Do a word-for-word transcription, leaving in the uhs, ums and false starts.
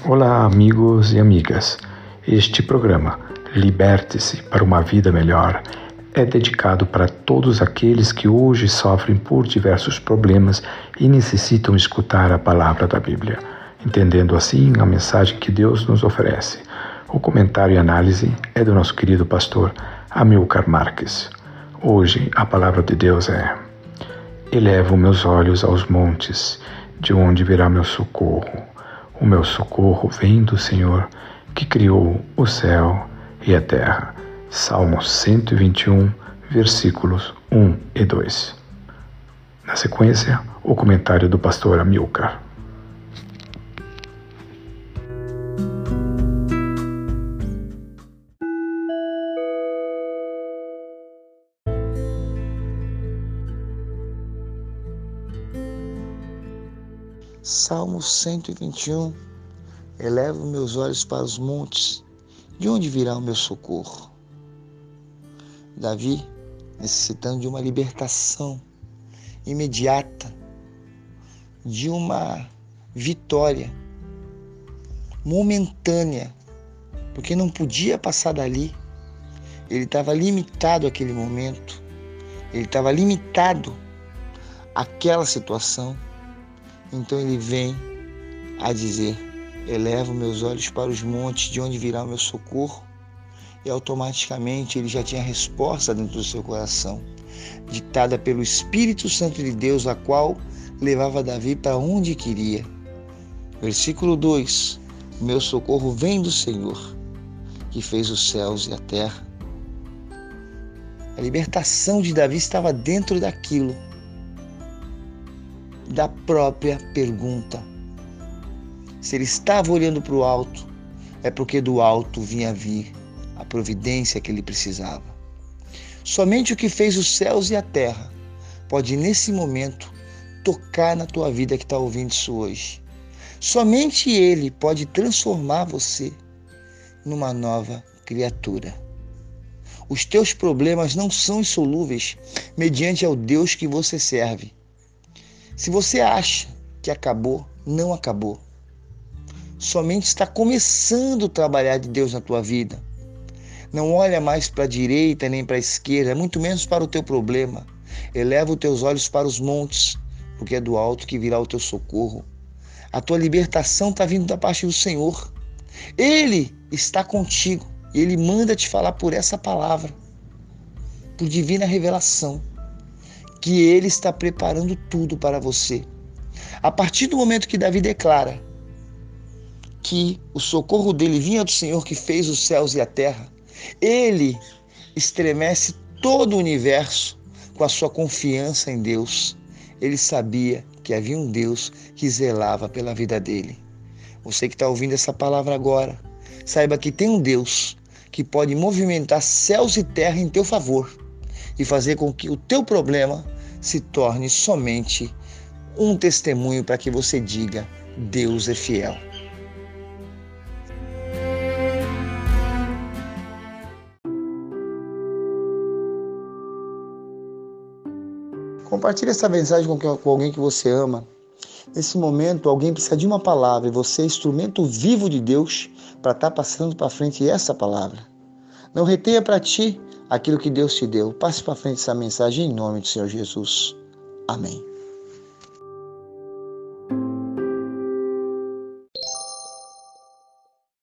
Olá, amigos e amigas. Este programa, Liberte-se para uma Vida Melhor, é dedicado para todos aqueles que hoje sofrem por diversos problemas e necessitam escutar a palavra da Bíblia, entendendo assim a mensagem que Deus nos oferece. O comentário e análise é do nosso querido pastor Amilcar Marques. Hoje a palavra de Deus é: Elevo meus olhos aos montes, de onde virá meu socorro. O meu socorro vem do Senhor, que criou o céu e a terra. Salmo cento e vinte e um, versículos um e dois. Na sequência, o comentário do pastor Amilcar. Salmo cento e vinte e um. Elevo meus olhos para os montes, de onde virá o meu socorro? Davi, necessitando de uma libertação imediata, de uma vitória momentânea, porque não podia passar dali. Ele estava limitado àquele momento, ele estava limitado àquela situação. Então ele vem a dizer: elevo meus olhos para os montes, de onde virá o meu socorro. E automaticamente ele já tinha a resposta dentro do seu coração, ditada pelo Espírito Santo de Deus, a qual levava Davi para onde queria. Versículo dois: meu socorro vem do Senhor, que fez os céus e a terra. A libertação de Davi estava dentro daquilo, da própria pergunta. Se ele estava olhando para o alto, é porque do alto vinha vir a providência que ele precisava. Somente o que fez os céus e a terra pode, nesse momento, tocar na tua vida que está ouvindo isso hoje. Somente Ele pode transformar você numa nova criatura. Os teus problemas não são insolúveis mediante ao Deus que você serve. Se você acha que acabou, não acabou. Somente está começando o trabalhar de Deus na tua vida. Não olha mais para a direita nem para a esquerda, muito menos para o teu problema. Eleva os teus olhos para os montes, porque é do alto que virá o teu socorro. A tua libertação está vindo da parte do Senhor. Ele está contigo e Ele manda te falar por essa palavra, por divina revelação, que Ele está preparando tudo para você. A partir do momento que Davi declara que o socorro dele vinha do Senhor que fez os céus e a terra, ele estremece todo o universo com a sua confiança em Deus. Ele sabia que havia um Deus que zelava pela vida dele. Você que está ouvindo essa palavra agora, saiba que tem um Deus que pode movimentar céus e terra em teu favor e fazer com que o teu problema se torne somente um testemunho para que você diga: Deus é fiel. Compartilhe essa mensagem com alguém que você ama. Nesse momento, alguém precisa de uma palavra e você é instrumento vivo de Deus para estar passando para frente essa palavra. Não retenha para ti aquilo que Deus te deu. Passe para frente essa mensagem em nome do Senhor Jesus. Amém.